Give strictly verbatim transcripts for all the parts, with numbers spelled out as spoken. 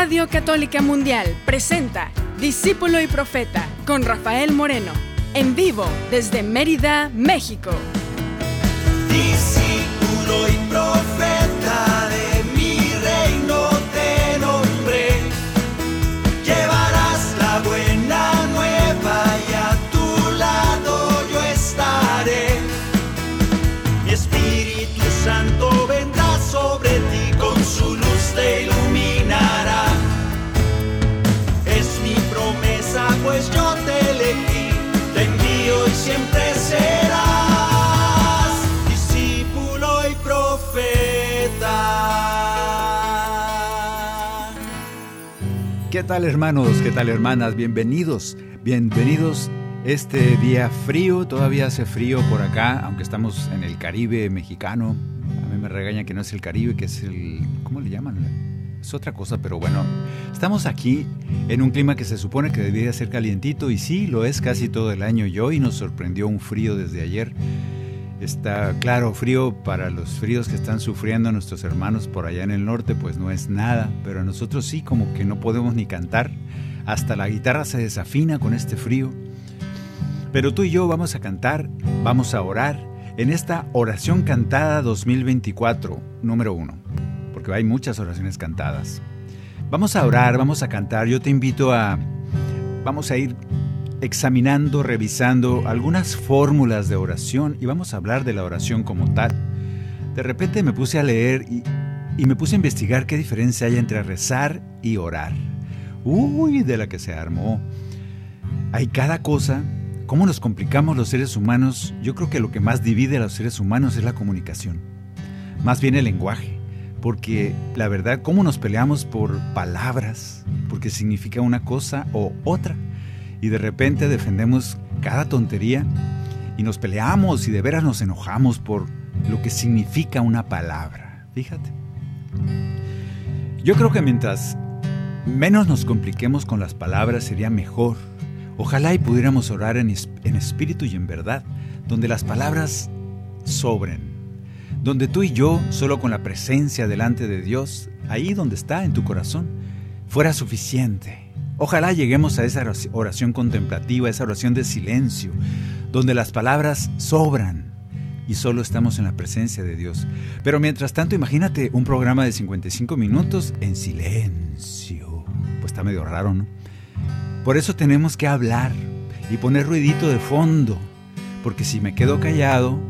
Radio Católica Mundial presenta Discípulo y Profeta con Rafael Moreno, en vivo desde Mérida, México. Discípulo y profeta de mi reino te nombré, llevarás la buena nueva y a tu lado yo estaré. Mi Espíritu Santo vendrá sobre ti, con su luz te iluminará. Es mi promesa, pues yo te elegí, te envío y siempre serás discípulo y profeta. ¿Qué tal, hermanos? ¿Qué tal, hermanas? Bienvenidos, bienvenidos este día frío. Todavía hace frío por acá, aunque estamos en el Caribe mexicano. A mí me regañan que no es el Caribe, que es el... ¿cómo le llaman? Es otra cosa, pero bueno, estamos aquí en un clima que se supone que debería ser calientito, y sí, lo es casi todo el año, y hoy nos sorprendió un frío desde ayer. Está claro, frío para los fríos que están sufriendo nuestros hermanos por allá en el norte, pues no es nada, pero a nosotros sí, como que no podemos ni cantar, hasta la guitarra se desafina con este frío. Pero tú y yo vamos a cantar, vamos a orar en esta oración cantada dos mil veinticuatro, número uno. Porque hay muchas oraciones cantadas. Vamos a orar, vamos a cantar. Yo te invito a... Vamos a ir examinando, revisando algunas fórmulas de oración y vamos a hablar de la oración como tal. De repente me puse a leer y, y me puse a investigar qué diferencia hay entre rezar y orar. Uy, de la que se armó. Hay cada cosa. ¿Cómo nos complicamos los seres humanos? Yo creo que lo que más divide a los seres humanos es la comunicación. Más bien el lenguaje. Porque la verdad, ¿cómo nos peleamos por palabras? Porque significa una cosa o otra. Y de repente defendemos cada tontería y nos peleamos y de veras nos enojamos por lo que significa una palabra. Fíjate. Yo creo que mientras menos nos compliquemos con las palabras sería mejor. Ojalá y pudiéramos orar en, en espíritu y en verdad, donde las palabras sobren. Donde tú y yo, solo con la presencia delante de Dios, ahí donde está en tu corazón, fuera suficiente. Ojalá lleguemos a esa oración contemplativa, esa oración de silencio, donde las palabras sobran y solo estamos en la presencia de Dios. Pero mientras tanto, imagínate un programa de cincuenta y cinco minutos en silencio. Pues está medio raro, ¿no? Por eso tenemos que hablar y poner ruidito de fondo, porque si me quedo callado,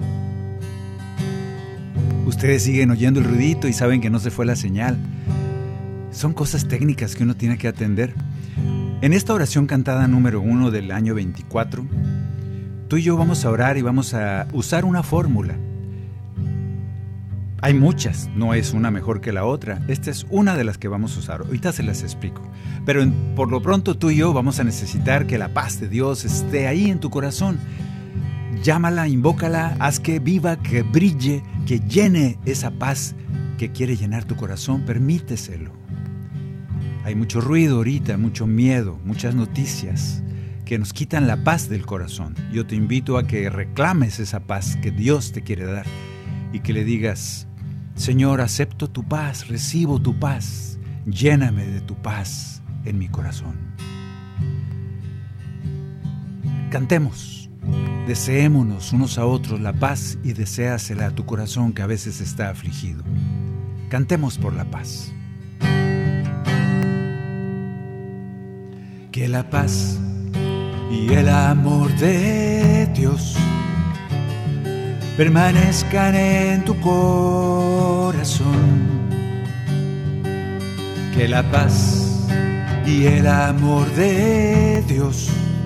ustedes siguen oyendo el ruidito y saben que no se fue la señal. Son cosas técnicas que uno tiene que atender. En esta oración cantada número uno del año veinticuatro, tú y yo vamos a orar y vamos a usar una fórmula. Hay muchas, no es una mejor que la otra. Esta es una de las que vamos a usar. Ahorita se las explico. Pero en, por lo pronto tú y yo vamos a necesitar que la paz de Dios esté ahí en tu corazón. Llámala, invócala, haz que viva, que brille, que llene esa paz que quiere llenar tu corazón. Permíteselo. Hay mucho ruido ahorita, mucho miedo, muchas noticias que nos quitan la paz del corazón. Yo te invito a que reclames esa paz que Dios te quiere dar y que le digas: Señor, acepto tu paz, recibo tu paz, lléname de tu paz en mi corazón. Cantemos. Deseémonos unos a otros la paz y deséasela a tu corazón que a veces está afligido. Cantemos por la paz. Que la paz y el amor de Dios permanezcan en tu corazón. Que la paz y el amor de Dios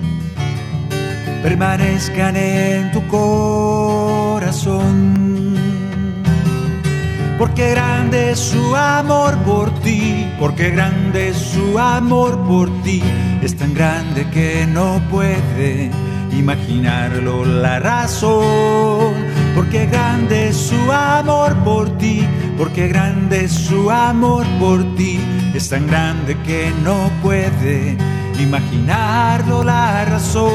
permanezcan en tu corazón. Porque grande es su amor por ti, porque grande es su amor por ti. Es tan grande que no puede imaginarlo la razón. Porque grande es su amor por ti, porque grande es su amor por ti. Es tan grande que no puede imaginarlo la razón.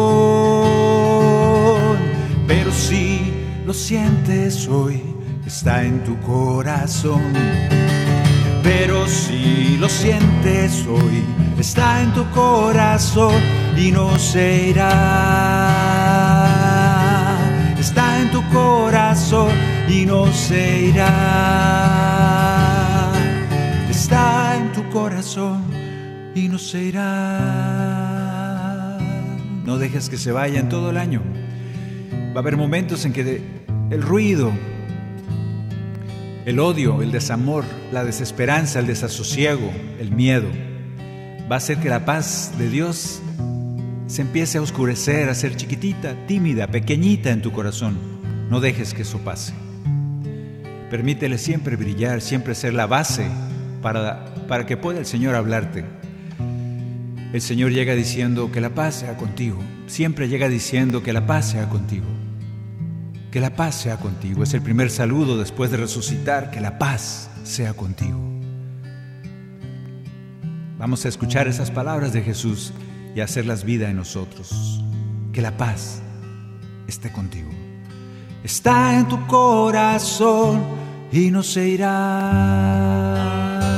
Pero si lo sientes hoy, está en tu corazón. Pero si lo sientes hoy, está en tu corazón y no se irá. Está en tu corazón y no se irá. Está en tu corazón y no se irá. No dejes que se vaya en todo el año. Va a haber momentos en que de, el ruido, el odio, el desamor, la desesperanza, el desasosiego, el miedo, va a hacer que la paz de Dios se empiece a oscurecer, a ser chiquitita, tímida, pequeñita en tu corazón. No dejes que eso pase. Permítele siempre brillar, siempre ser la base para, para que pueda el Señor hablarte. El Señor llega diciendo que la paz sea contigo. Siempre llega diciendo que la paz sea contigo. Que la paz sea contigo. Es el primer saludo después de resucitar. Que la paz sea contigo. Vamos a escuchar esas palabras de Jesús y hacerlas vida en nosotros. Que la paz esté contigo. Está en tu corazón y no se irá.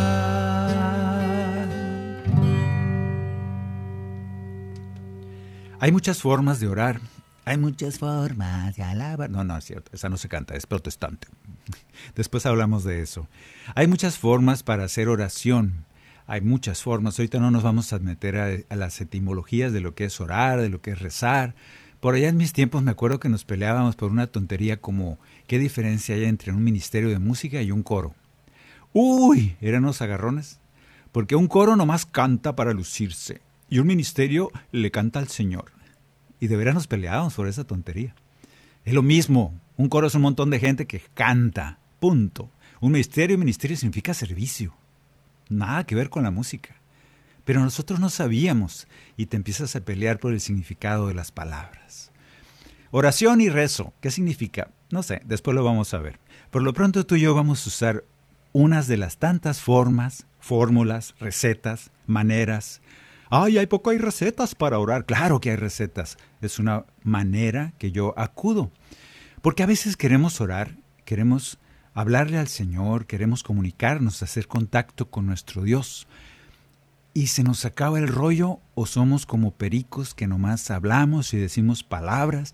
Hay muchas formas de orar. Hay muchas formas de alabar. No, no es cierto. Esa no se canta, es protestante. Después hablamos de eso. Hay muchas formas para hacer oración. Hay muchas formas. Ahorita no nos vamos a meter a, a las etimologías de lo que es orar, de lo que es rezar. Por allá en mis tiempos me acuerdo que nos peleábamos por una tontería como ¿qué diferencia hay entre un ministerio de música y un coro? ¡Uy! Eran unos agarrones. Porque un coro nomás canta para lucirse y un ministerio le canta al Señor. Y de veras nos peleábamos por esa tontería. Es lo mismo. Un coro es un montón de gente que canta. Punto. Un ministerio, ministerio significa servicio. Nada que ver con la música. Pero nosotros no sabíamos y te empiezas a pelear por el significado de las palabras. Oración y rezo, ¿qué significa? No sé, después lo vamos a ver. Por lo pronto tú y yo vamos a usar unas de las tantas formas, fórmulas, recetas, maneras. ¡Ay, hay poco hay recetas para orar! Claro que hay recetas. Es una manera que yo acudo. Porque a veces queremos orar, queremos hablarle al Señor, queremos comunicarnos, hacer contacto con nuestro Dios. Y se nos acaba el rollo o somos como pericos que nomás hablamos y decimos palabras.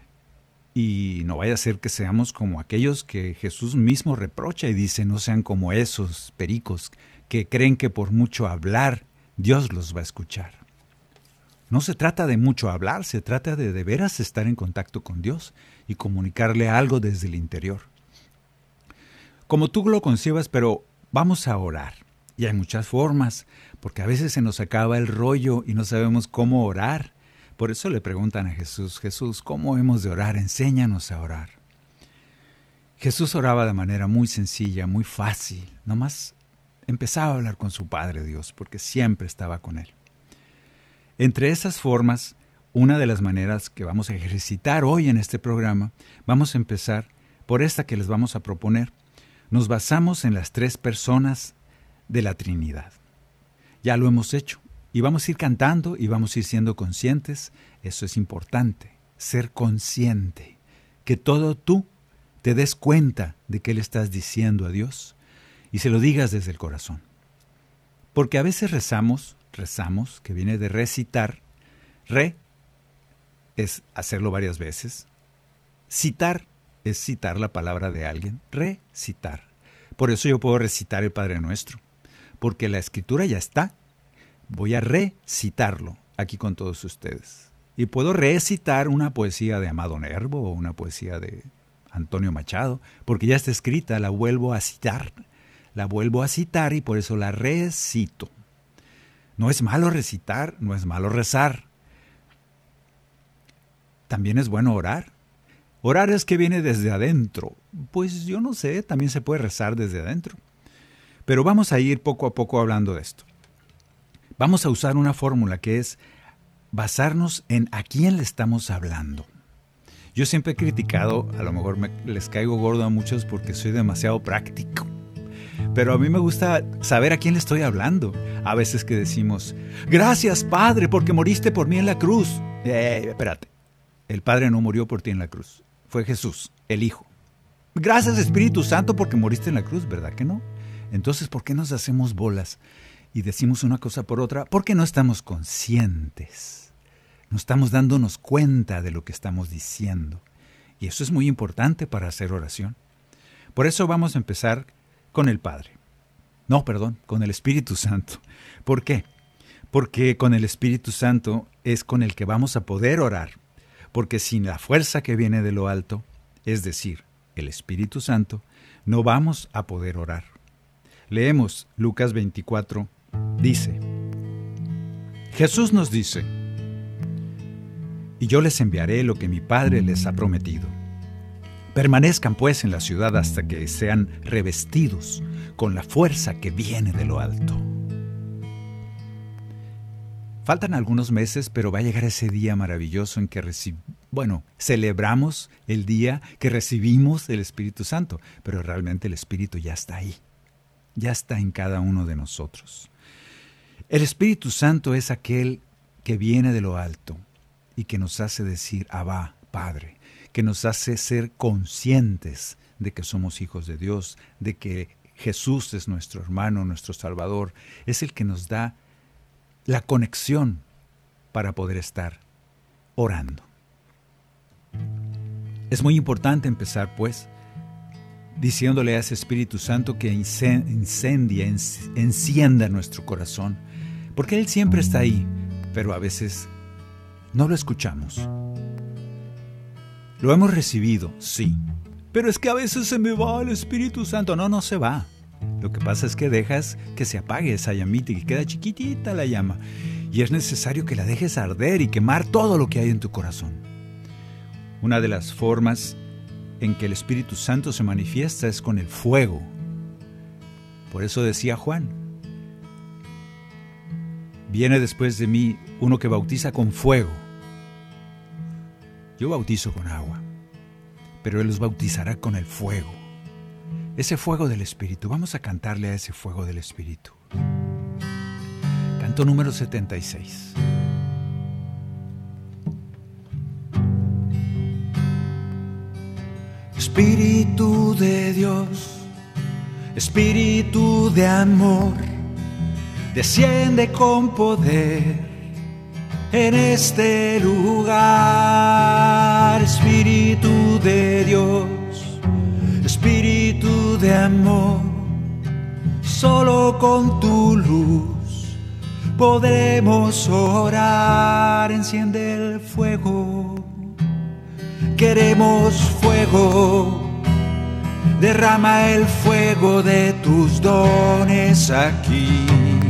Y no vaya a ser que seamos como aquellos que Jesús mismo reprocha y dice, no sean como esos pericos que creen que por mucho hablar Dios los va a escuchar. No se trata de mucho hablar, se trata de de veras estar en contacto con Dios y comunicarle algo desde el interior. Como tú lo concibas, pero vamos a orar. Y hay muchas formas, porque a veces se nos acaba el rollo y no sabemos cómo orar. Por eso le preguntan a Jesús, Jesús, ¿cómo hemos de orar? Enséñanos a orar. Jesús oraba de manera muy sencilla, muy fácil. Nomás empezaba a hablar con su Padre Dios, porque siempre estaba con Él. Entre esas formas, una de las maneras que vamos a ejercitar hoy en este programa, vamos a empezar por esta que les vamos a proponer. Nos basamos en las tres personas de la Trinidad. Ya lo hemos hecho y vamos a ir cantando y vamos a ir siendo conscientes. Eso es importante, ser consciente, que todo tú te des cuenta de qué le estás diciendo a Dios y se lo digas desde el corazón. Porque a veces rezamos, rezamos, que viene de recitar. Re es hacerlo varias veces. Citar es citar la palabra de alguien. Recitar. Por eso yo puedo recitar el Padre Nuestro. Porque la Escritura ya está. Voy a recitarlo aquí con todos ustedes. Y puedo recitar una poesía de Amado Nervo o una poesía de Antonio Machado, porque ya está escrita, la vuelvo a citar. La vuelvo a citar y por eso la recito. No es malo recitar, no es malo rezar. También es bueno orar. Orar es que viene desde adentro. Pues yo no sé, también se puede rezar desde adentro. Pero vamos a ir poco a poco hablando de esto. Vamos a usar una fórmula que es basarnos en a quién le estamos hablando. Yo siempre he criticado, a lo mejor me, les caigo gordo a muchos porque soy demasiado práctico. Pero a mí me gusta saber a quién le estoy hablando. A veces que decimos, gracias Padre porque moriste por mí en la cruz. Eh, espérate, el Padre no murió por ti en la cruz. Fue Jesús, el Hijo. Gracias Espíritu Santo porque moriste en la cruz, ¿verdad que no? Entonces, ¿por qué nos hacemos bolas y decimos una cosa por otra? Porque no estamos conscientes. No estamos dándonos cuenta de lo que estamos diciendo. Y eso es muy importante para hacer oración. Por eso vamos a empezar con el Padre. No, perdón, con el Espíritu Santo. ¿Por qué? Porque con el Espíritu Santo es con el que vamos a poder orar. Porque sin la fuerza que viene de lo alto, es decir, el Espíritu Santo, no vamos a poder orar. Leemos Lucas veinticuatro, dice, Jesús nos dice, y yo les enviaré lo que mi Padre les ha prometido. Permanezcan pues en la ciudad hasta que sean revestidos con la fuerza que viene de lo alto. Faltan algunos meses, pero va a llegar ese día maravilloso en que reci- bueno, celebramos el día que recibimos el Espíritu Santo, pero realmente el Espíritu ya está ahí, ya está en cada uno de nosotros. El Espíritu Santo es aquel que viene de lo alto y que nos hace decir, Abba, Padre, que nos hace ser conscientes de que somos hijos de Dios, de que Jesús es nuestro hermano, nuestro Salvador, es el que nos da la conexión para poder estar orando. Es muy importante empezar, pues, diciéndole a ese Espíritu Santo que incendia, encienda nuestro corazón, porque Él siempre está ahí, pero a veces no lo escuchamos. Lo hemos recibido, sí, pero es que a veces se me va el Espíritu Santo. No, no se va. Lo que pasa es que dejas que se apague esa llamita y que queda chiquitita la llama. Y es necesario que la dejes arder y quemar todo lo que hay en tu corazón. Una de las formas en que el Espíritu Santo se manifiesta es con el fuego. Por eso decía Juan, viene después de mí uno que bautiza con fuego. Yo bautizo con agua, pero Él los bautizará con el fuego. Ese fuego del Espíritu. Vamos a cantarle a ese fuego del Espíritu. Canto número setenta y seis. Espíritu de Dios, Espíritu de amor, desciende con poder en este lugar. Espíritu de Dios, Espíritu de amor, solo con tu luz podremos orar. Enciende el fuego, queremos fuego, derrama el fuego de tus dones aquí.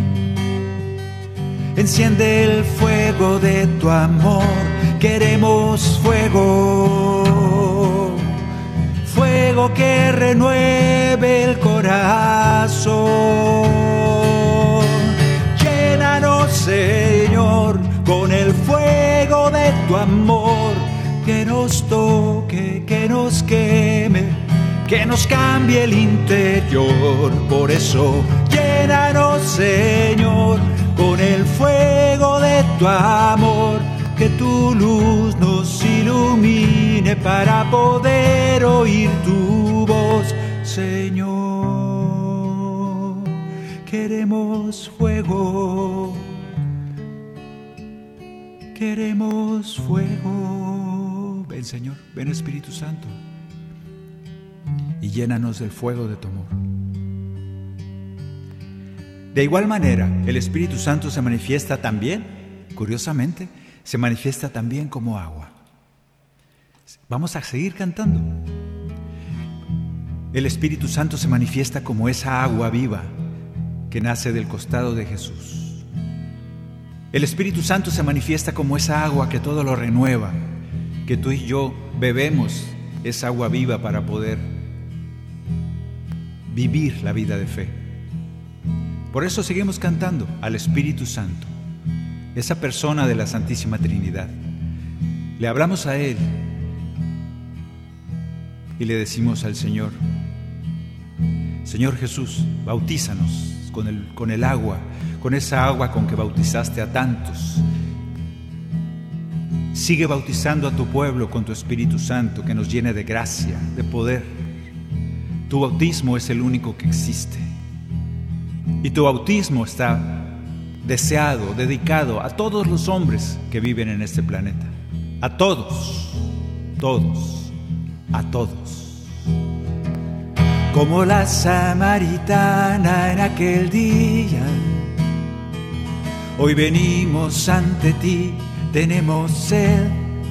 Enciende el fuego de tu amor, queremos fuego, fuego que renueve el corazón. Llénanos, Señor, con el fuego de tu amor, que nos toque, que nos queme, que nos cambie el interior. Por eso, llénanos, Señor, con el fuego de tu amor, que tu luz nos ilumine para poder oír tu voz, Señor. Queremos fuego, queremos fuego. Ven, Señor, ven, Espíritu Santo, y llénanos del fuego de tu amor. De igual manera, el Espíritu Santo se manifiesta también, curiosamente, se manifiesta también como agua. Vamos a seguir cantando. El Espíritu Santo se manifiesta como esa agua viva que nace del costado de Jesús. El Espíritu Santo se manifiesta como esa agua que todo lo renueva, que tú y yo bebemos esa agua viva para poder vivir la vida de fe. Por eso seguimos cantando al Espíritu Santo, esa persona de la Santísima Trinidad. Le hablamos a Él y le decimos al Señor, Señor Jesús, bautízanos con el, con el agua, con esa agua con que bautizaste a tantos. Sigue bautizando a tu pueblo con tu Espíritu Santo, que nos llene de gracia, de poder. Tu bautismo es el único que existe. Y tu bautismo está deseado, dedicado a todos los hombres que viven en este planeta. A todos, todos, a todos. Como la samaritana en aquel día, hoy venimos ante ti, tenemos sed.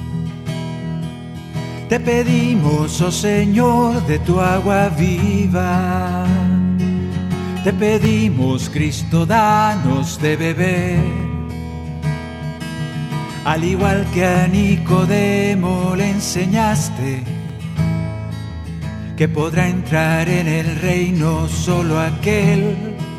Te pedimos, oh Señor, de tu agua viva. Te pedimos, Cristo, danos de beber. Al igual que a Nicodemo le enseñaste que podrá entrar en el reino solo aquel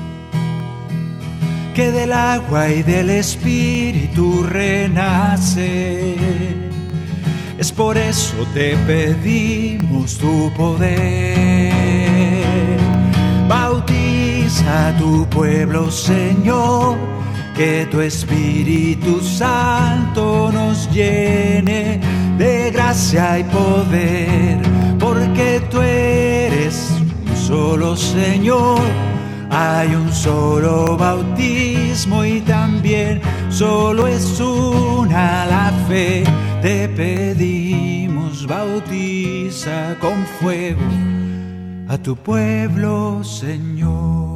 que del agua y del Espíritu renace. Es por eso te pedimos tu poder. Bautiza a tu pueblo, Señor, que tu Espíritu Santo nos llene de gracia y poder, porque tú eres un solo Señor. Hay un solo bautismo y también solo es una la fe. Te pedimos, bautiza con fuego a tu pueblo, Señor.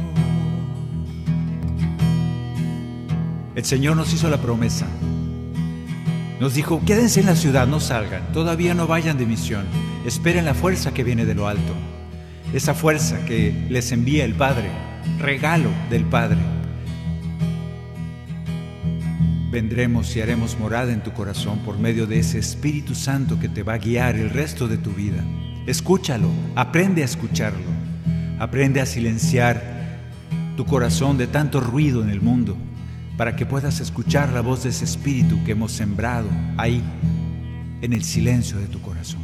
El Señor nos hizo la promesa. Nos dijo, quédense en la ciudad, no salgan, todavía no vayan de misión. Esperen la fuerza que viene de lo alto. Esa fuerza que les envía el Padre, regalo del Padre. Vendremos y haremos morada en tu corazón por medio de ese Espíritu Santo que te va a guiar el resto de tu vida. Escúchalo, aprende a escucharlo. Aprende a silenciar tu corazón de tanto ruido en el mundo, para que puedas escuchar la voz de ese Espíritu que hemos sembrado ahí, en el silencio de tu corazón.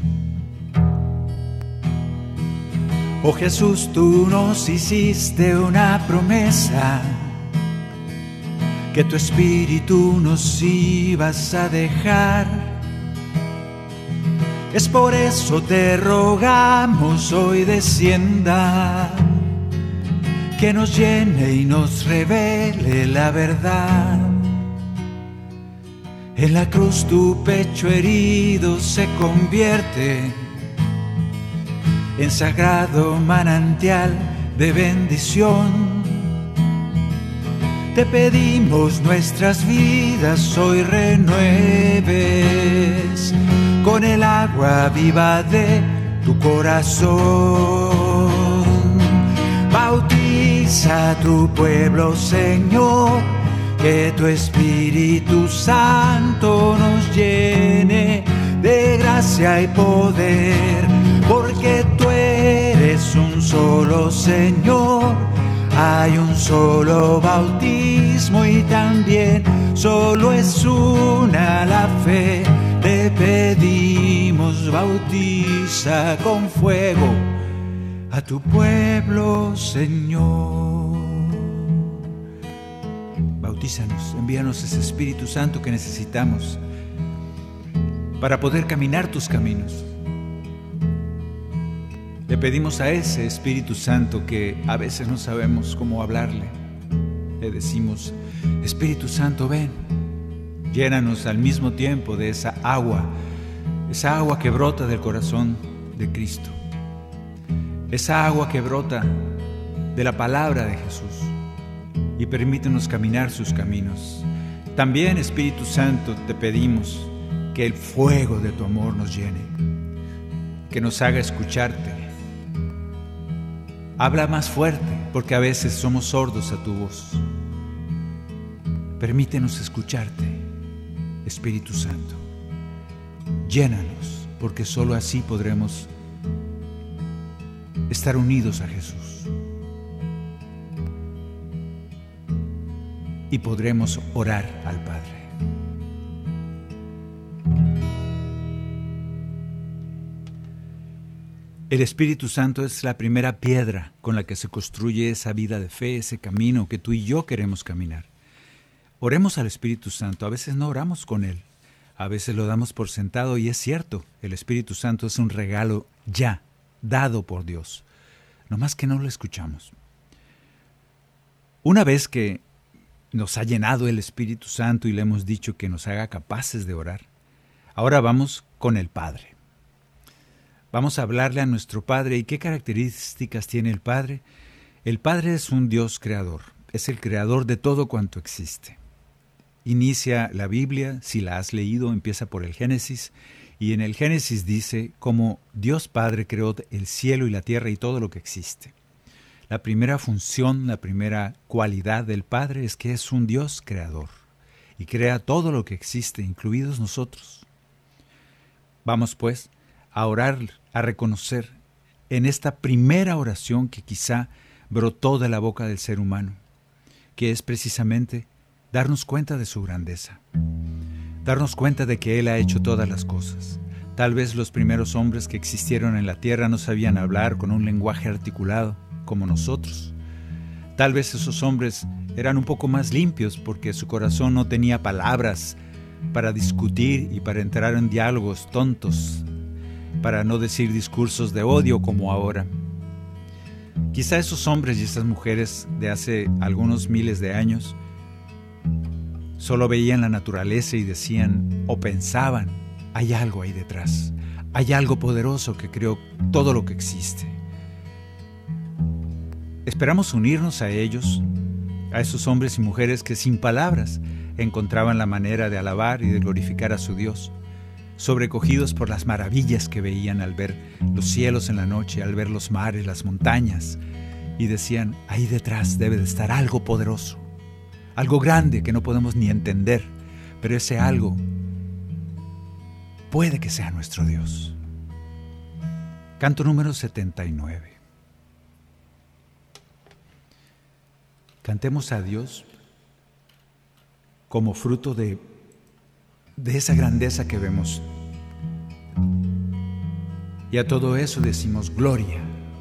Oh Jesús, tú nos hiciste una promesa, que tu Espíritu nos ibas a dejar. Es por eso te rogamos hoy descienda, que nos llene y nos revele la verdad. En la cruz tu pecho herido se convierte en sagrado manantial de bendición. Te pedimos nuestras vidas hoy renueves con el agua viva de tu corazón. Bautiza a tu pueblo, Señor, que tu Espíritu Santo nos llene de gracia y poder, porque tú eres un solo Señor. Hay un solo bautismo y también solo es una la fe. Te pedimos, bautiza con fuego a tu pueblo, Señor. Bautízanos, envíanos ese Espíritu Santo que necesitamos para poder caminar tus caminos. Le pedimos a ese Espíritu Santo que a veces no sabemos cómo hablarle. Le decimos, Espíritu Santo, ven, llénanos al mismo tiempo de esa agua, esa agua que brota del corazón de Cristo, esa agua que brota de la palabra de Jesús, y permítenos caminar sus caminos. También, Espíritu Santo, te pedimos que el fuego de tu amor nos llene, que nos haga escucharte. Habla más fuerte, porque a veces somos sordos a tu voz. Permítenos escucharte, Espíritu Santo. Llénanos, porque solo así podremos estar unidos a Jesús. Y podremos orar al Padre. El Espíritu Santo es la primera piedra con la que se construye esa vida de fe, ese camino que tú y yo queremos caminar. Oremos al Espíritu Santo. A veces no oramos con Él. A veces lo damos por sentado y es cierto. El Espíritu Santo es un regalo ya, dado por Dios. No más que no lo escuchamos. Una vez que nos ha llenado el Espíritu Santo y le hemos dicho que nos haga capaces de orar, ahora vamos con el Padre. Vamos a hablarle a nuestro Padre. ¿Y qué características tiene el Padre? El Padre es un Dios creador, es el creador de todo cuanto existe. Inicia la Biblia, si la has leído, empieza por el Génesis, y en el Génesis dice cómo Dios Padre creó el cielo y la tierra y todo lo que existe. La primera función, la primera cualidad del Padre es que es un Dios creador y crea todo lo que existe, incluidos nosotros. Vamos pues a orar, a reconocer en esta primera oración que quizá brotó de la boca del ser humano, que es precisamente darnos cuenta de su grandeza, darnos cuenta de que Él ha hecho todas las cosas. Tal vez los primeros hombres que existieron en la tierra no sabían hablar con un lenguaje articulado como nosotros. Tal vez esos hombres eran un poco más limpios porque su corazón no tenía palabras para discutir y para entrar en diálogos tontos, para no decir discursos de odio como ahora. Quizá esos hombres y esas mujeres de hace algunos miles de años solo veían la naturaleza y decían o pensaban, hay algo ahí detrás, hay algo poderoso que creó todo lo que existe. Esperamos unirnos a ellos, a esos hombres y mujeres que sin palabras encontraban la manera de alabar y de glorificar a su Dios, sobrecogidos por las maravillas que veían al ver los cielos en la noche, al ver los mares, las montañas, y decían, ahí detrás debe de estar algo poderoso, algo grande que no podemos ni entender, pero ese algo puede que sea nuestro Dios. Canto número setenta y nueve. Cantemos a Dios como fruto de, de esa grandeza que vemos. Y a todo eso decimos gloria.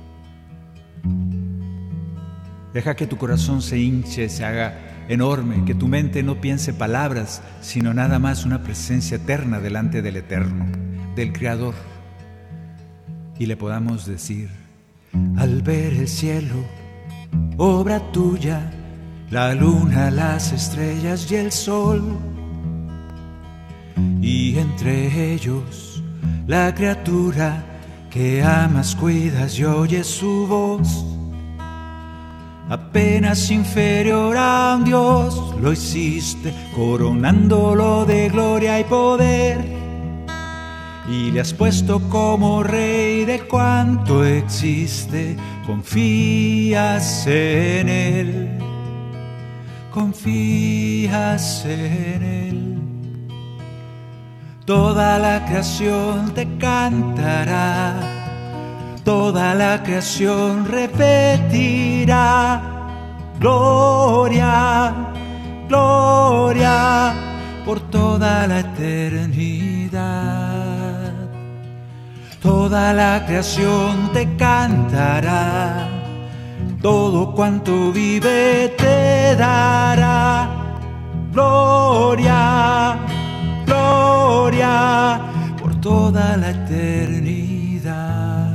Deja que tu corazón se hinche, se haga enorme, que tu mente no piense palabras, sino nada más una presencia eterna delante del Eterno, del Creador. Y le podamos decir, al ver el cielo, obra tuya, la luna, las estrellas y el sol, y entre ellos la criatura que amas, cuidas y oyes su voz. Apenas inferior a un Dios lo hiciste, coronándolo de gloria y poder, y le has puesto como rey de cuanto existe. Confías en Él, confías en Él. Toda la creación te cantará, toda la creación repetirá, gloria, gloria, por toda la eternidad. Toda la creación te cantará, todo cuanto vive te dará, gloria, gloria, por toda la eternidad.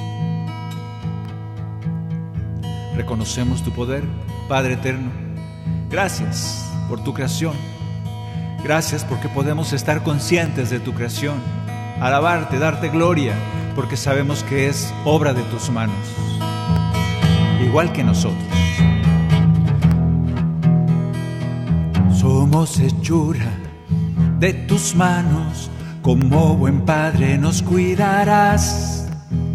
Reconocemos tu poder, Padre eterno. Gracias por tu creación. Gracias porque podemos estar conscientes de tu creación, alabarte, darte gloria, porque sabemos que es obra de tus manos, igual que nosotros. Somos hechura de tus manos, como buen Padre nos cuidarás.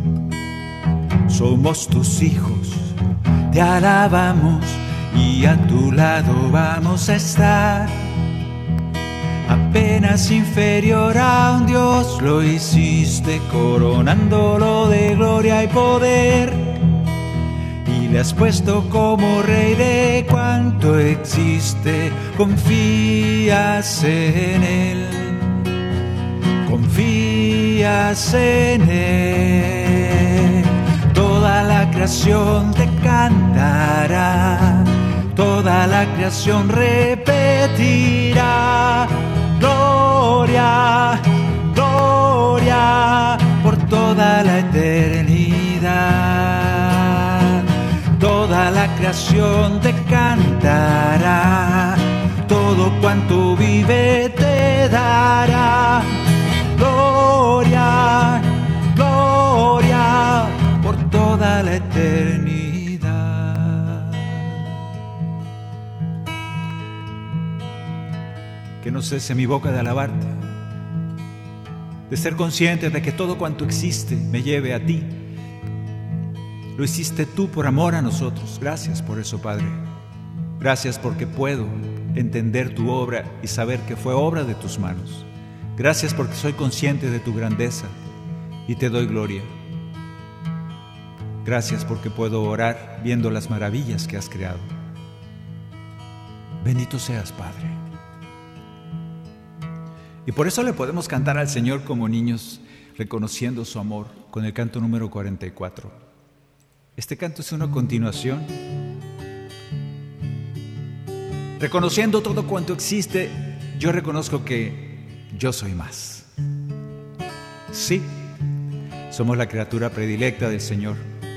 Somos tus hijos, te alabamos y a tu lado vamos a estar. Apenas inferior a un Dios lo hiciste, coronándolo de gloria y poder, y le has puesto como rey de cuanto existe. Confías en Él, confías en Él. Toda la creación te cantará, toda la creación repetirá, gloria, gloria, por toda la eternidad. Toda la creación te cantará, todo cuanto vive te dará gloria, gloria por toda la eternidad. Que no cese mi boca de alabarte, de ser consciente de que todo cuanto existe me lleve a ti. Lo hiciste tú por amor a nosotros. Gracias por eso, Padre. Gracias porque puedo entender tu obra y saber que fue obra de tus manos. Gracias porque soy consciente de tu grandeza y te doy gloria. Gracias porque puedo orar viendo las maravillas que has creado. Bendito seas, Padre. Y por eso le podemos cantar al Señor como niños, reconociendo su amor, con el canto número cuarenta y cuatro. Este canto es una continuación. Reconociendo todo cuanto existe, yo reconozco que yo soy más. Sí, somos la criatura predilecta del Señor.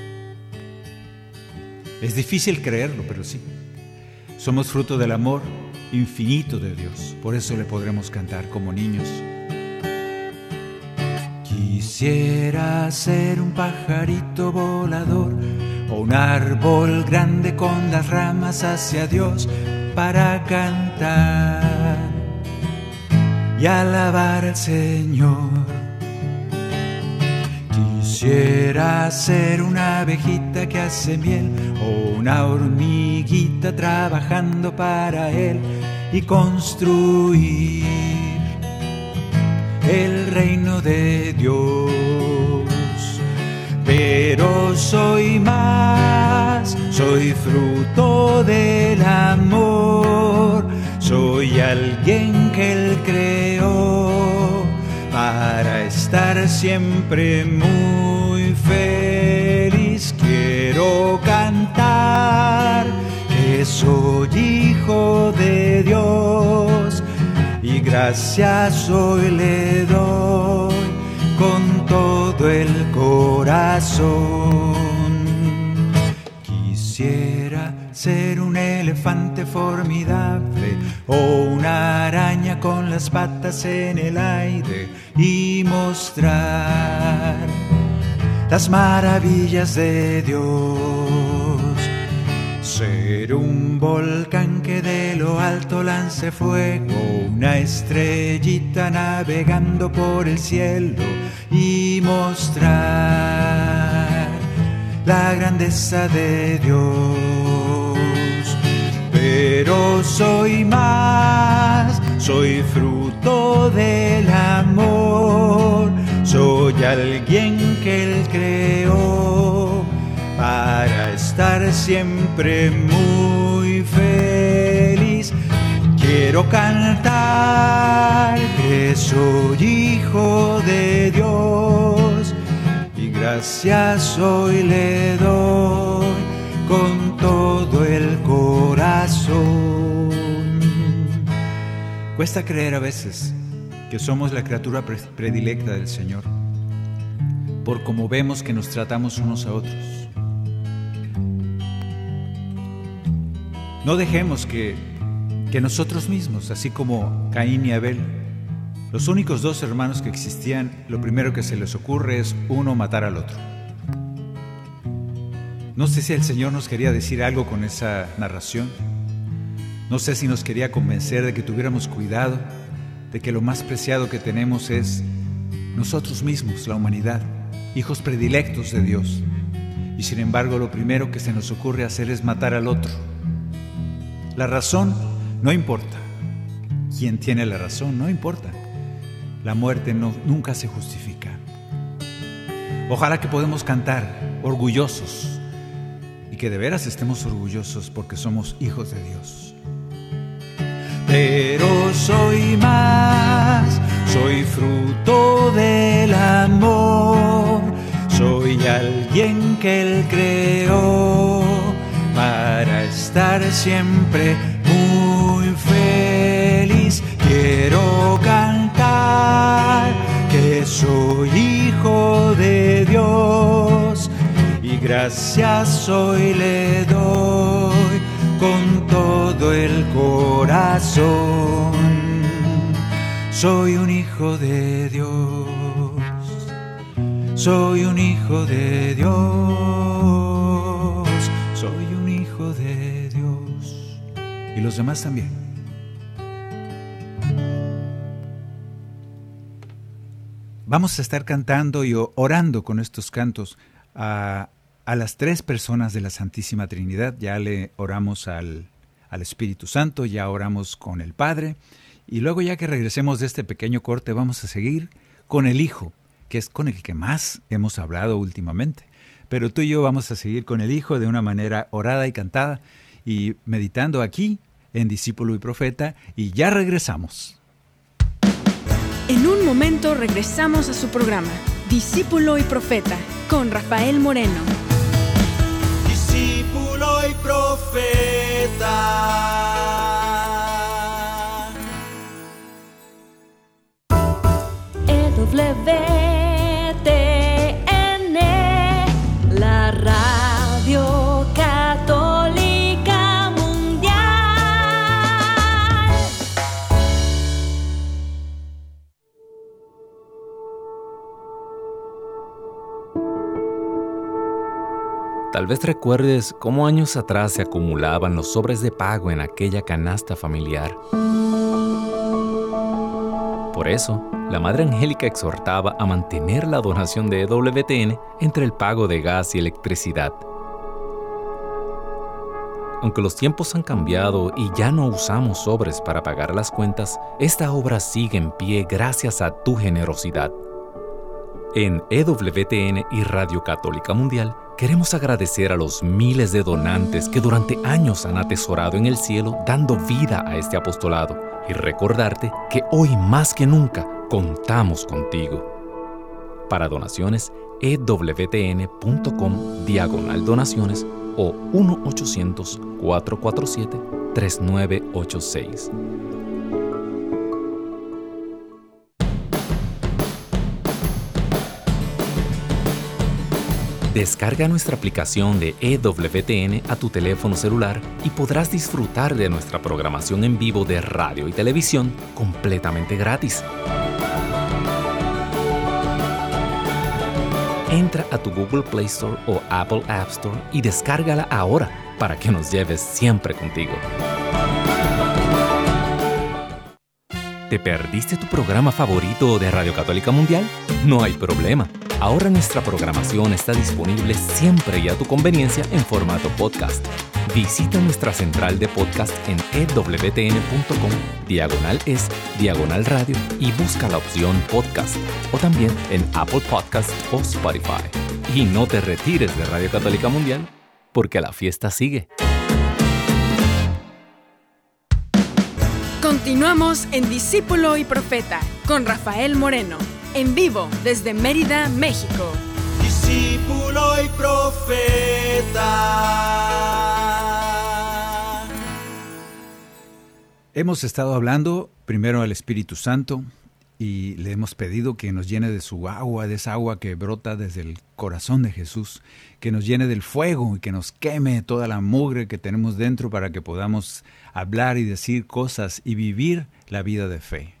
Es difícil creerlo, pero sí. Somos fruto del amor infinito de Dios. Por eso le podremos cantar como niños. Quisiera ser un pajarito volador o un árbol grande con las ramas hacia Dios para cantar y alabar al Señor. Quisiera ser una abejita que hace miel o una hormiguita trabajando para Él y construir el reino de Dios. Pero soy más, soy fruto del amor, soy alguien que Él creó para estar siempre muy feliz. Quiero cantar que soy hijo de Dios y gracias hoy le doy con todo el corazón. Quisiera ser un elefante formidable o una araña con las patas en el aire y mostrar las maravillas de Dios. Ser un volcán que de lo alto lance fuego, una estrellita navegando por el cielo y mostrar la grandeza de Dios. Pero soy más, soy fruto del amor, soy alguien que Él creó para estar siempre muy feliz. Quiero cantar que soy hijo de Dios y gracias hoy le doy con todo el corazón. Cuesta creer a veces que somos la criatura predilecta del Señor, por cómo vemos que nos tratamos unos a otros. No dejemos que, que nosotros mismos, así como Caín y Abel, los únicos dos hermanos que existían, lo primero que se les ocurre es uno matar al otro. No sé si el Señor nos quería decir algo con esa narración. No sé si nos quería convencer de que tuviéramos cuidado, de que lo más preciado que tenemos es nosotros mismos, la humanidad, hijos predilectos de Dios. Y sin embargo, lo primero que se nos ocurre hacer es matar al otro. La razón no importa. ¿Quién tiene la razón? No importa. La muerte no, nunca se justifica. Ojalá que podamos cantar orgullosos y que de veras estemos orgullosos porque somos hijos de Dios. Pero soy más, soy fruto del amor, soy alguien que Él creó para estar siempre muy feliz. Quiero cantar que soy hijo de Dios y gracias hoy le doy con todo el corazón. Soy un hijo de Dios, soy un hijo de Dios, soy un hijo de Dios. Y los demás también. Vamos a estar cantando y orando con estos cantos a, a las tres personas de la Santísima Trinidad. Ya le oramos al, al Espíritu Santo, ya oramos con el Padre. Y luego, ya que regresemos de este pequeño corte, vamos a seguir con el Hijo, que es con el que más hemos hablado últimamente. Pero tú y yo vamos a seguir con el Hijo de una manera orada y cantada y meditando aquí en Discípulo y Profeta, y ya regresamos. En un momento regresamos a su programa, Discípulo y Profeta, con Rafael Moreno. Discípulo y Profeta. W T N, la Radio Católica Mundial. Tal vez recuerdes cómo años atrás se acumulaban los sobres de pago en aquella canasta familiar. Por eso, la Madre Angélica exhortaba a mantener la donación de E W T N entre el pago de gas y electricidad. Aunque los tiempos han cambiado y ya no usamos sobres para pagar las cuentas, esta obra sigue en pie gracias a tu generosidad. En E W T N y Radio Católica Mundial queremos agradecer a los miles de donantes que durante años han atesorado en el cielo dando vida a este apostolado, y recordarte que hoy más que nunca contamos contigo. Para donaciones, e w t n punto com diagonal donaciones o uno ochocientos, cuatrocientos cuarenta y siete, treinta y nueve ochenta y seis. Descarga nuestra aplicación de E W T N a tu teléfono celular y podrás disfrutar de nuestra programación en vivo de radio y televisión completamente gratis. Entra a tu Google Play Store o Apple App Store y descárgala ahora para que nos lleves siempre contigo. ¿Te perdiste tu programa favorito de Radio Católica Mundial? No hay problema. Ahora nuestra programación está disponible siempre y a tu conveniencia en formato podcast. Visita nuestra central de podcast en e w t n punto com, diagonal es, diagonal radio, y busca la opción podcast, o también en Apple Podcast o Spotify. Y no te retires de Radio Católica Mundial, porque la fiesta sigue. Continuamos en Discípulo y Profeta con Rafael Moreno, en vivo desde Mérida, México. Discípulo y Profeta. Hemos estado hablando primero al Espíritu Santo y le hemos pedido que nos llene de su agua, de esa agua que brota desde el corazón de Jesús, que nos llene del fuego y que nos queme toda la mugre que tenemos dentro para que podamos hablar y decir cosas y vivir la vida de fe.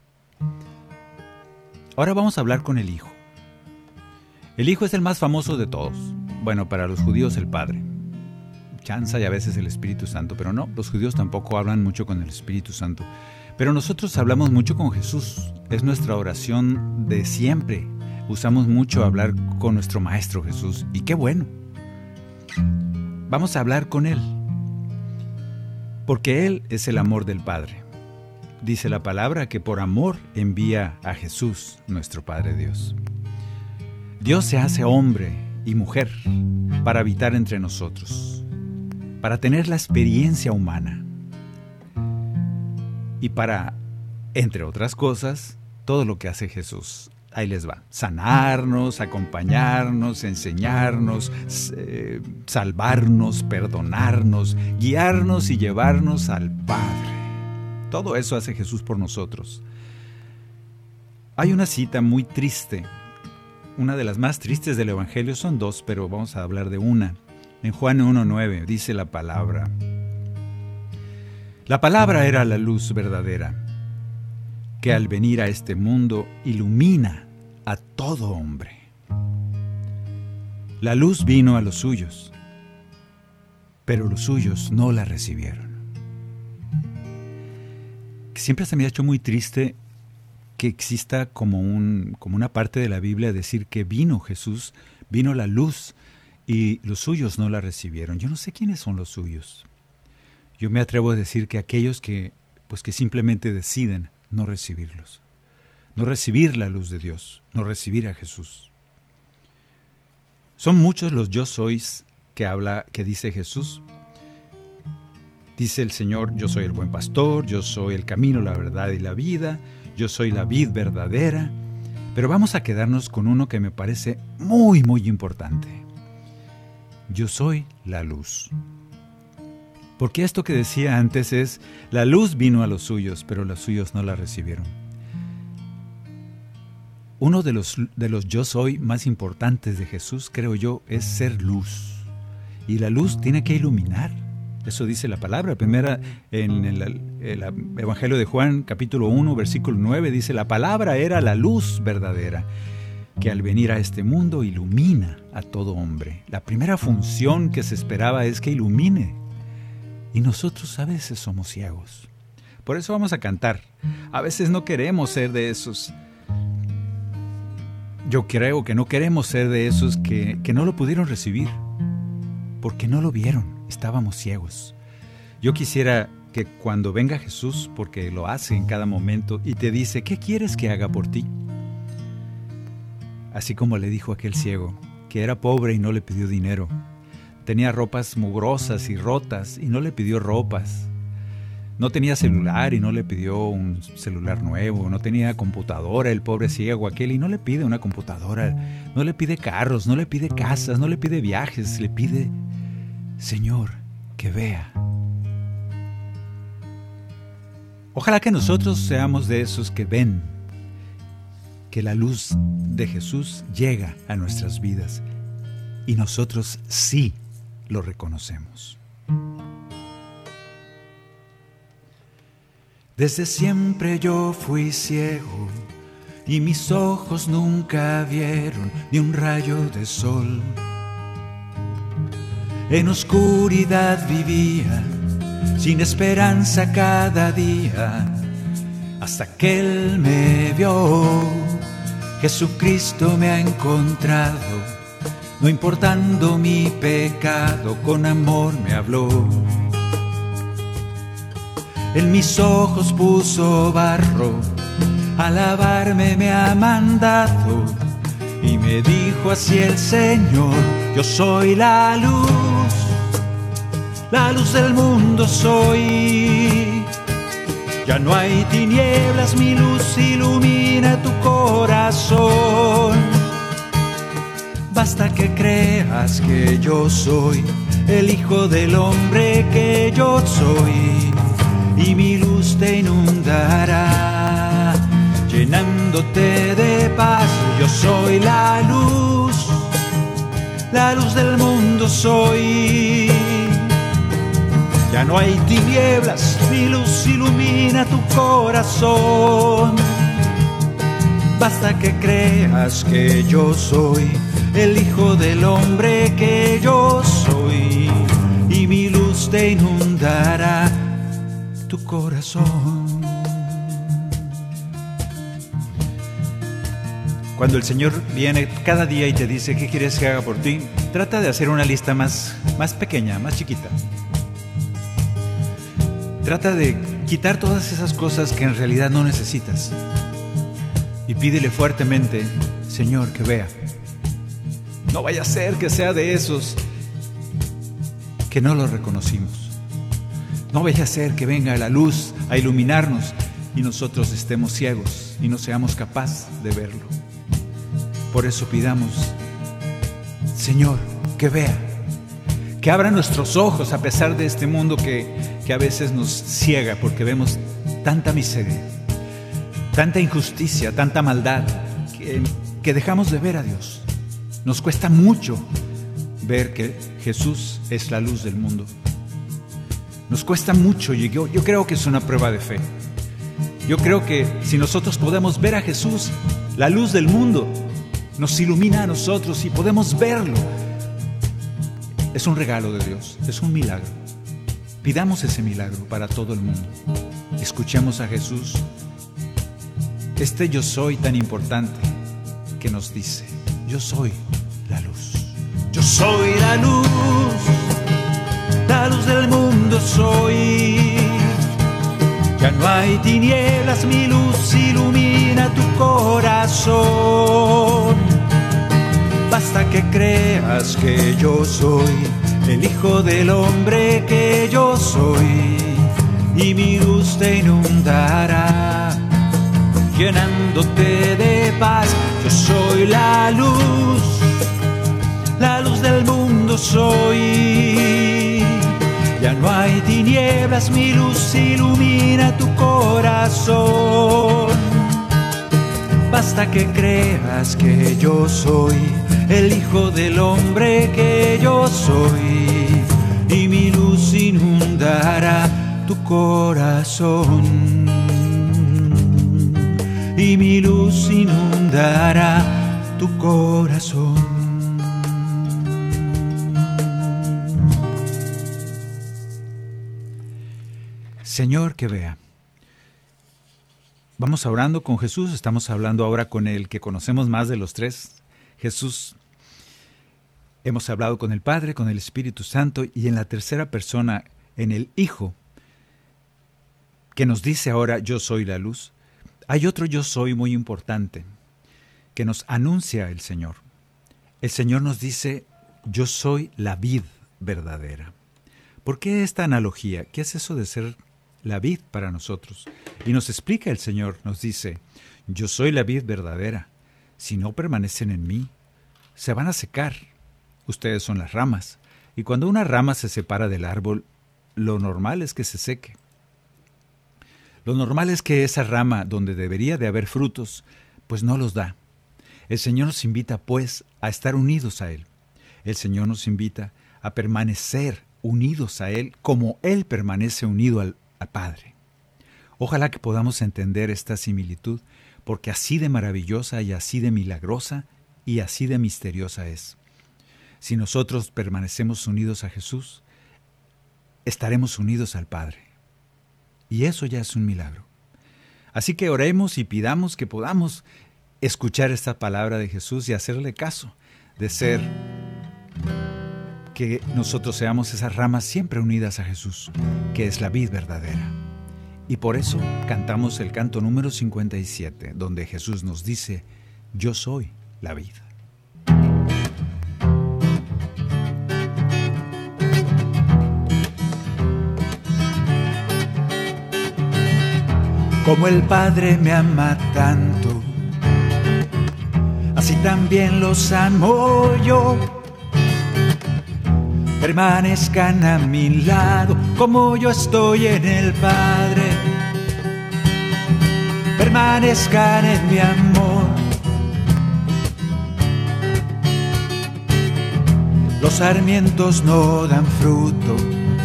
Ahora vamos a hablar con el Hijo. El Hijo es el más famoso de todos. Bueno, para los judíos el Padre. Chanza y a veces el Espíritu Santo, pero no, los judíos tampoco hablan mucho con el Espíritu Santo. Pero nosotros hablamos mucho con Jesús. Es nuestra oración de siempre. Usamos mucho hablar con nuestro Maestro Jesús. Y qué bueno. Vamos a hablar con Él. Porque Él es el amor del Padre. Dice la palabra que por amor envía a Jesús, nuestro Padre Dios. Dios se hace hombre y mujer para habitar entre nosotros, para tener la experiencia humana y para, entre otras cosas, todo lo que hace Jesús. Ahí les va: sanarnos, acompañarnos, enseñarnos, eh, salvarnos, perdonarnos, guiarnos y llevarnos al Padre. Todo eso hace Jesús por nosotros. Hay una cita muy triste una de las más tristes del Evangelio, son dos, pero vamos a hablar de una. En Juan uno nueve dice la palabra: la palabra era la luz verdadera, que al venir a este mundo ilumina a todo hombre. La luz vino a los suyos, pero los suyos no la recibieron. Siempre se me ha hecho muy triste que exista como, un, como una parte de la Biblia decir que vino Jesús, vino la luz y los suyos no la recibieron. Yo no sé quiénes son los suyos. Yo me atrevo a decir que aquellos que, pues que simplemente deciden no recibirlos, no recibir la luz de Dios, no recibir a Jesús. Son muchos los yo sois que habla, que dice Jesús. Dice el Señor: yo soy el buen pastor, yo soy el camino, la verdad y la vida, yo soy la vid verdadera. Pero vamos a quedarnos con uno que me parece muy, muy importante. Yo soy la luz. Porque esto que decía antes es: la luz vino a los suyos, pero los suyos no la recibieron. Uno de los, de los yo soy más importantes de Jesús, creo yo, es ser luz. Y la luz tiene que iluminar. Eso dice la palabra. Primera, en el, el Evangelio de Juan, capítulo uno, versículo nueve, dice: la palabra era la luz verdadera, que al venir a este mundo ilumina a todo hombre. La primera función que se esperaba es que ilumine. Y nosotros a veces somos ciegos. Por eso vamos a cantar. A veces no queremos ser de esos. Yo creo que no queremos ser de esos que, que no lo pudieron recibir, porque no lo vieron, estábamos ciegos. Yo quisiera que cuando venga Jesús, porque lo hace en cada momento, y te dice: ¿qué quieres que haga por ti? Así como le dijo aquel ciego, que era pobre y no le pidió dinero. Tenía ropas mugrosas y rotas y no le pidió ropas. No tenía celular y no le pidió un celular nuevo. No tenía computadora, el pobre ciego aquel, y no le pide una computadora. No le pide carros, no le pide casas, no le pide viajes. Le pide: Señor, que vea. Ojalá que nosotros seamos de esos que ven, que la luz de Jesús llega a nuestras vidas y nosotros sí lo reconocemos. Desde siempre yo fui ciego y mis ojos nunca vieron ni un rayo de sol. En oscuridad vivía, sin esperanza cada día, hasta que Él me vio. Jesucristo me ha encontrado, no importando mi pecado, con amor me habló. En mis ojos puso barro, a lavarme me ha mandado, y me dijo así el Señor: yo soy la luz, la luz del mundo soy. Ya no hay tinieblas, mi luz ilumina tu corazón. Basta que creas que yo soy el Hijo del Hombre, que yo soy, y mi luz te inundará, llenándote de paz. Yo soy la luz, la luz del mundo soy. Ya no hay tinieblas, mi luz ilumina tu corazón. Basta que creas que yo soy el Hijo del Hombre, que yo soy, y mi luz te inundará tu corazón. Cuando el Señor viene cada día y te dice: ¿qué quieres que haga por ti?, trata de hacer una lista más, más pequeña, más chiquita. Trata de quitar todas esas cosas que en realidad no necesitas. Y pídele fuertemente: Señor, que vea. No vaya a ser que sea de esos que no lo reconocimos. No vaya a ser que venga la luz a iluminarnos y nosotros estemos ciegos y no seamos capaces de verlo. Por eso pidamos: Señor, que vea, que abra nuestros ojos a pesar de este mundo que, que a veces nos ciega, porque vemos tanta miseria, tanta injusticia, tanta maldad, que que dejamos de ver a Dios. Nos cuesta mucho ver que Jesús es la luz del mundo. Nos cuesta mucho, y yo, yo creo que es una prueba de fe. Yo creo que si nosotros podemos ver a Jesús, la luz del mundo, nos ilumina a nosotros y podemos verlo. Es un regalo de Dios, es un milagro. Pidamos ese milagro para todo el mundo. Escuchemos a Jesús, este yo soy tan importante que nos dice, yo soy la luz. Yo soy la luz, la luz del mundo soy. Ya no hay tinieblas, mi luz ilumina tu corazón. Basta que creas que yo soy el Hijo del Hombre, que yo soy, y mi luz te inundará, llenándote de paz. Yo soy la luz, la luz del mundo soy. Ya no hay tinieblas, mi luz ilumina tu corazón. Basta que creas que yo soy el Hijo del Hombre, que yo soy, y mi luz inundará tu corazón. Y mi luz inundará tu corazón. Señor, que vea. Vamos orando con Jesús, estamos hablando ahora con el que conocemos más de los tres, Jesús. Hemos hablado con el Padre, con el Espíritu Santo y en la tercera persona, en el Hijo, que nos dice ahora, yo soy la luz. Hay otro yo soy muy importante que nos anuncia el Señor. El Señor nos dice, yo soy la vid verdadera. ¿Por qué esta analogía? ¿Qué es eso de ser la vid para nosotros? Y nos explica el Señor, nos dice, yo soy la vid verdadera. Si no permanecen en mí, se van a secar. Ustedes son las ramas. Y cuando una rama se separa del árbol, lo normal es que se seque. Lo normal es que esa rama, donde debería de haber frutos, pues no los da. El Señor nos invita, pues, a estar unidos a Él. El Señor nos invita a permanecer unidos a Él como Él permanece unido al, al Padre. Ojalá que podamos entender esta similitud, porque así de maravillosa y así de milagrosa y así de misteriosa es. Si nosotros permanecemos unidos a Jesús, estaremos unidos al Padre. Y eso ya es un milagro. Así que oremos y pidamos que podamos escuchar esta palabra de Jesús y hacerle caso, de ser que nosotros seamos esas ramas siempre unidas a Jesús, que es la vid verdadera. Y por eso cantamos el canto número cincuenta y siete, donde Jesús nos dice, yo soy la vid. Como el Padre me ama tanto, así también los amo yo. Permanezcan a mi lado, como yo estoy en el Padre. Permanezcan en mi amor. Los sarmientos no dan fruto,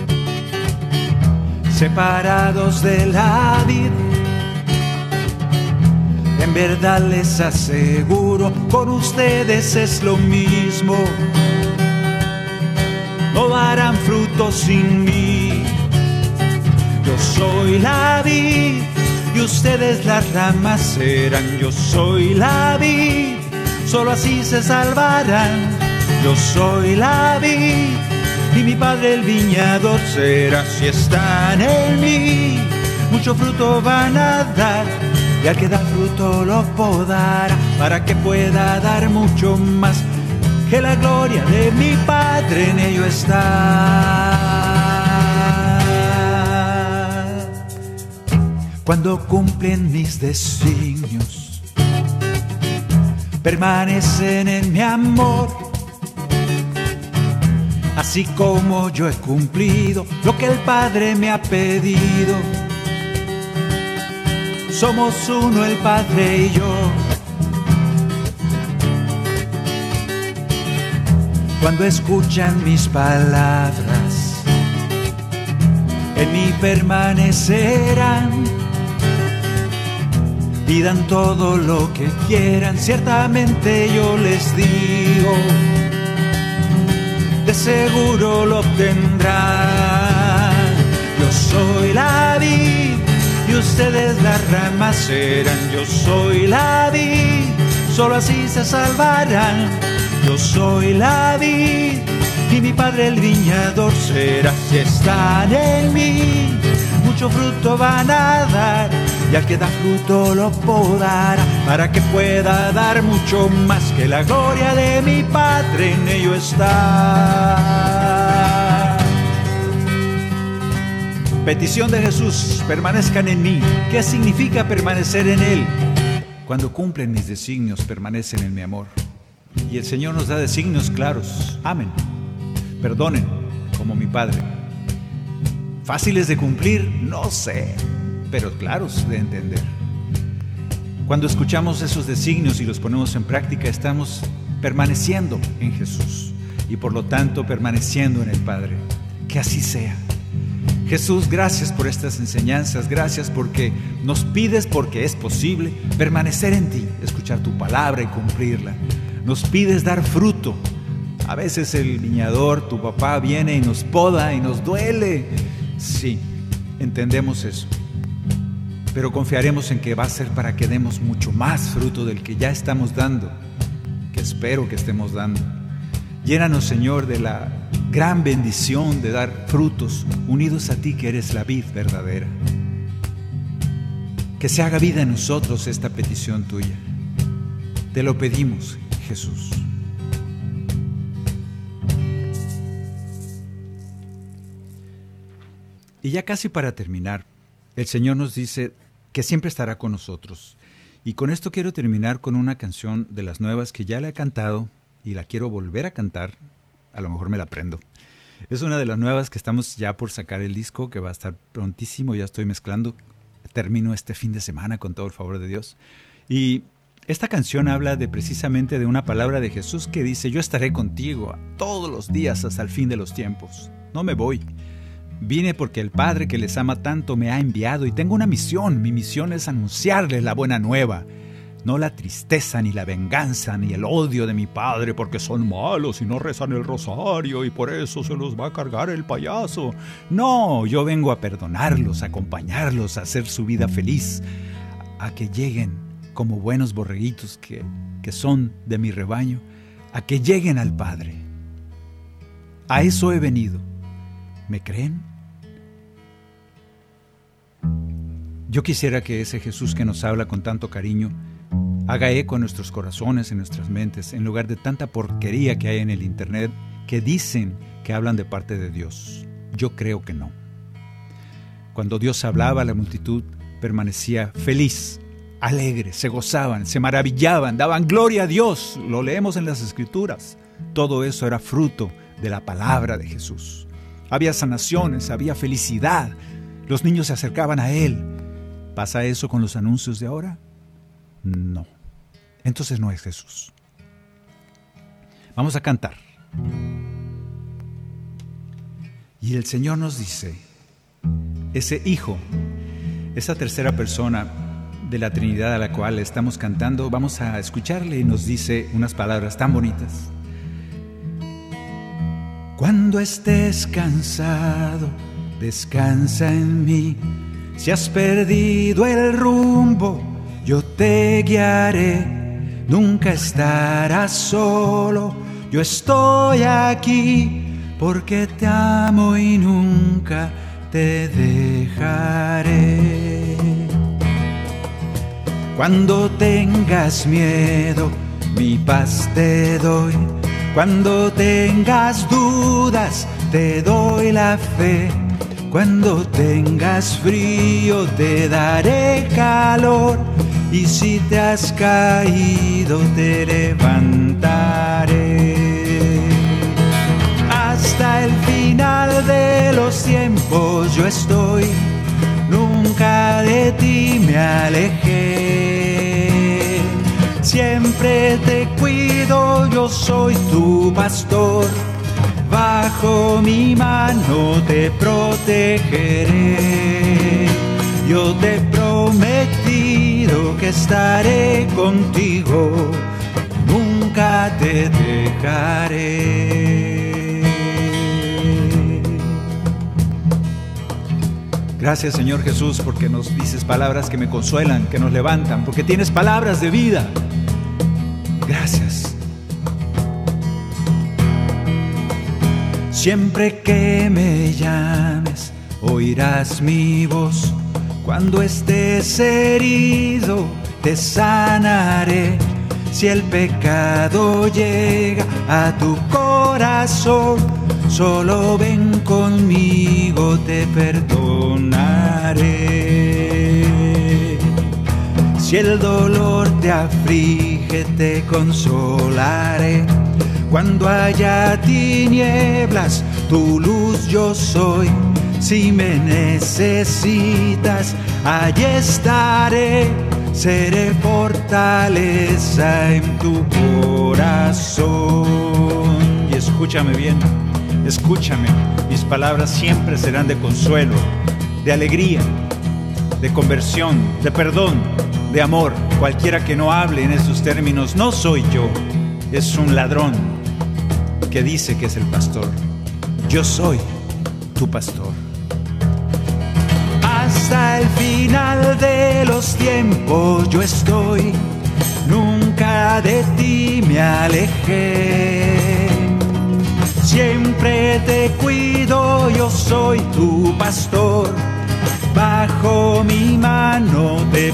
separados de la vid. En verdad les aseguro, con ustedes es lo mismo. No darán fruto sin mí. Yo soy la vid y ustedes las ramas serán. Yo soy la vid, solo así se salvarán. Yo soy la vid y mi Padre el viñador será. Si están en mí, mucho fruto van a dar. Y al que da fruto lo podará, para que pueda dar mucho más, que la gloria de mi Padre en ello está. Cuando cumplen mis designios, permanecen en mi amor, así como yo he cumplido lo que el Padre me ha pedido. Somos uno el Padre y yo. cuando escuchan mis palabras, en mí permanecerán. Pidan todo lo que quieran, ciertamente yo les digo, de seguro lo obtendrán. Yo soy la vid y ustedes las ramas serán. Yo soy la vid, solo así se salvarán. Yo soy la vid y mi Padre el viñador será. Si están en mí, mucho fruto van a dar, y al que da fruto lo podará, para que pueda dar mucho más, que la gloria de mi Padre en ello está. Petición de Jesús: permanezcan en mí. ¿Qué significa permanecer en Él? Cuando cumplen mis designios, permanecen en mi amor. Y el Señor nos da designios claros. Amen, perdonen, como mi Padre. ¿Fáciles de cumplir? No sé, pero claros de entender. Cuando escuchamos esos designios y los ponemos en práctica, estamos permaneciendo en Jesús y por lo tanto permaneciendo en el Padre. Que así sea. Jesús, gracias por estas enseñanzas, gracias porque nos pides, porque es posible, permanecer en ti, escuchar tu palabra y cumplirla. Nos pides dar fruto. A veces el viñador, tu papá, viene y nos poda y nos duele. Sí, entendemos eso. Pero confiaremos en que va a ser para que demos mucho más fruto del que ya estamos dando, que espero que estemos dando. Llénanos, Señor, de la gran bendición de dar frutos unidos a ti, que eres la vid verdadera. Que se haga vida en nosotros esta petición tuya. Te lo pedimos, Jesús. Y ya casi para terminar, el Señor nos dice que siempre estará con nosotros. Y con esto quiero terminar con una canción de las nuevas que ya la he cantado y la quiero volver a cantar. A lo mejor me la aprendo. Es una de las nuevas que estamos ya por sacar el disco, que va a estar prontísimo. Ya estoy mezclando. Termino este fin de semana con todo el favor de Dios. Y esta canción habla de precisamente de una palabra de Jesús que dice: yo estaré contigo todos los días hasta el fin de los tiempos. No me voy. Vine porque el Padre que les ama tanto me ha enviado y tengo una misión. Mi misión es anunciarles la buena nueva. No la tristeza, ni la venganza, ni el odio de mi Padre, porque son malos y no rezan el rosario y por eso se los va a cargar el payaso. No, yo vengo a perdonarlos, a acompañarlos, a hacer su vida feliz, a que lleguen como buenos borreguitos que, que son de mi rebaño, a que lleguen al Padre. A eso he venido. ¿Me creen? Yo quisiera que ese Jesús que nos habla con tanto cariño haga eco en nuestros corazones, en nuestras mentes, en lugar de tanta porquería que hay en el internet que dicen que hablan de parte de Dios. Yo creo que no. Cuando Dios hablaba, la multitud permanecía feliz, alegre, se gozaban, se maravillaban, daban gloria a Dios. Lo leemos en las Escrituras. Todo eso era fruto de la palabra de Jesús. Había sanaciones, había felicidad. Los niños se acercaban a Él. ¿Pasa eso con los anuncios de ahora? No. Entonces no es Jesús. Vamos a cantar. Y el Señor nos dice, ese Hijo, esa tercera persona de la Trinidad a la cual estamos cantando, vamos a escucharle y nos dice unas palabras tan bonitas. Cuando estés cansado, descansa en mí. Si has perdido el rumbo, yo te guiaré. Nunca estarás solo, yo estoy aquí, porque te amo y nunca te dejaré. Cuando tengas miedo, mi paz te doy. Cuando tengas dudas, te doy la fe. Cuando tengas frío, te daré calor. Y si te has caído, te levantaré. Hasta el final de los tiempos yo estoy. Nunca de ti me alejé. Siempre te cuido, yo yo soy tu pastor. Bajo mi mano te protegeré. Yo te he prometido que estaré contigo, nunca te dejaré. Gracias, Señor Jesús, porque nos dices palabras que me consuelan, que nos levantan, porque tienes palabras de vida. Gracias. Siempre que me llames, oirás mi voz. Cuando estés herido, te sanaré. Si el pecado llega a tu corazón, solo ven conmigo, te perdonaré. Si el dolor te aflige, te consolaré. Cuando haya tinieblas, tu luz yo soy. Si me necesitas, allí estaré. Seré fortaleza en tu corazón. Y escúchame bien, escúchame. Mis palabras siempre serán de consuelo, de alegría, de conversión, de perdón, de amor. Cualquiera que no hable en esos términos no soy yo. Es un ladrón que dice que es el pastor. Yo soy tu pastor. Hasta el final de los tiempos yo estoy, nunca de ti me alejé. Siempre te cuido, yo soy tu pastor. Bajo mi mano te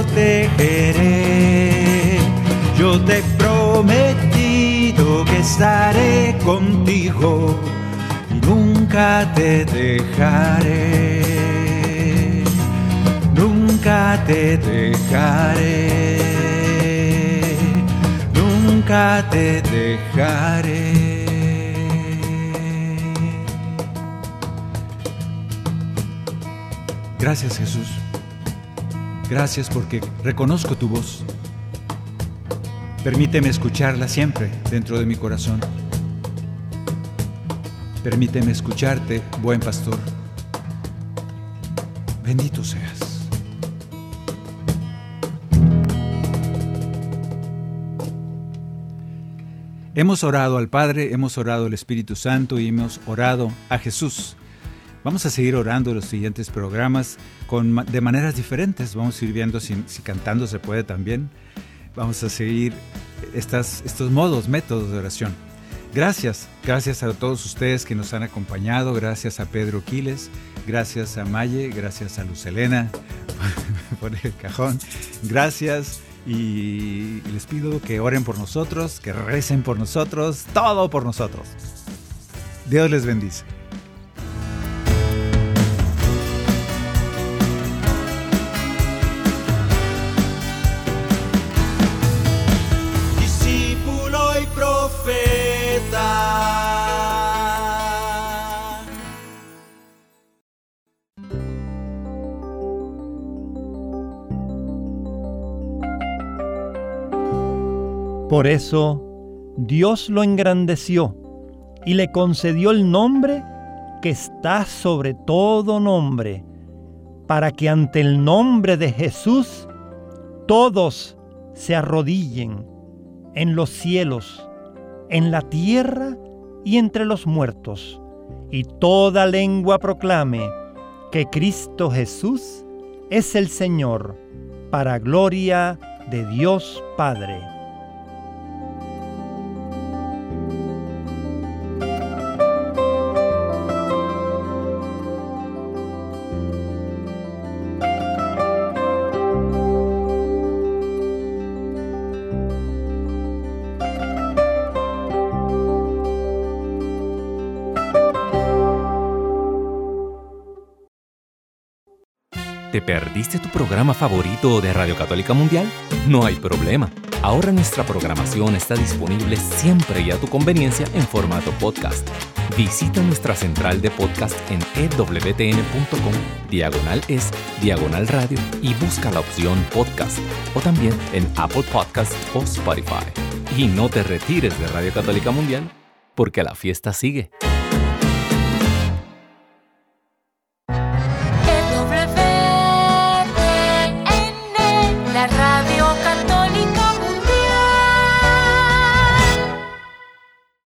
protegeré. Yo te he prometido que estaré contigo y nunca te dejaré. Nunca te dejaré, nunca te dejaré. Gracias, Jesús. Gracias porque reconozco tu voz. Permíteme escucharla siempre dentro de mi corazón. Permíteme escucharte, buen pastor. Bendito seas. Hemos orado al Padre, hemos orado al Espíritu Santo y hemos orado a Jesús. Vamos a seguir orando los siguientes programas con, de maneras diferentes. Vamos a ir viendo si, si cantando se puede también. Vamos a seguir estas, estos modos, métodos de oración. Gracias, gracias a todos ustedes que nos han acompañado. Gracias a Pedro Quiles, gracias a Maye, gracias a Luz Helena por el cajón. Gracias. Y les pido que oren por nosotros, que recen por nosotros, todo por nosotros. Dios les bendice. Discípulo y profeta. Por eso, Dios lo engrandeció y le concedió el nombre que está sobre todo nombre, para que ante el nombre de Jesús todos se arrodillen en los cielos, en la tierra y entre los muertos, y toda lengua proclame que Cristo Jesús es el Señor, para gloria de Dios Padre. ¿Te perdiste tu programa favorito de Radio Católica Mundial? No hay problema. Ahora nuestra programación está disponible siempre y a tu conveniencia en formato podcast. Visita nuestra central de podcast en e w t n punto com, diagonal es, diagonal radio y busca la opción podcast o también en Apple Podcast o Spotify. Y no te retires de Radio Católica Mundial porque la fiesta sigue.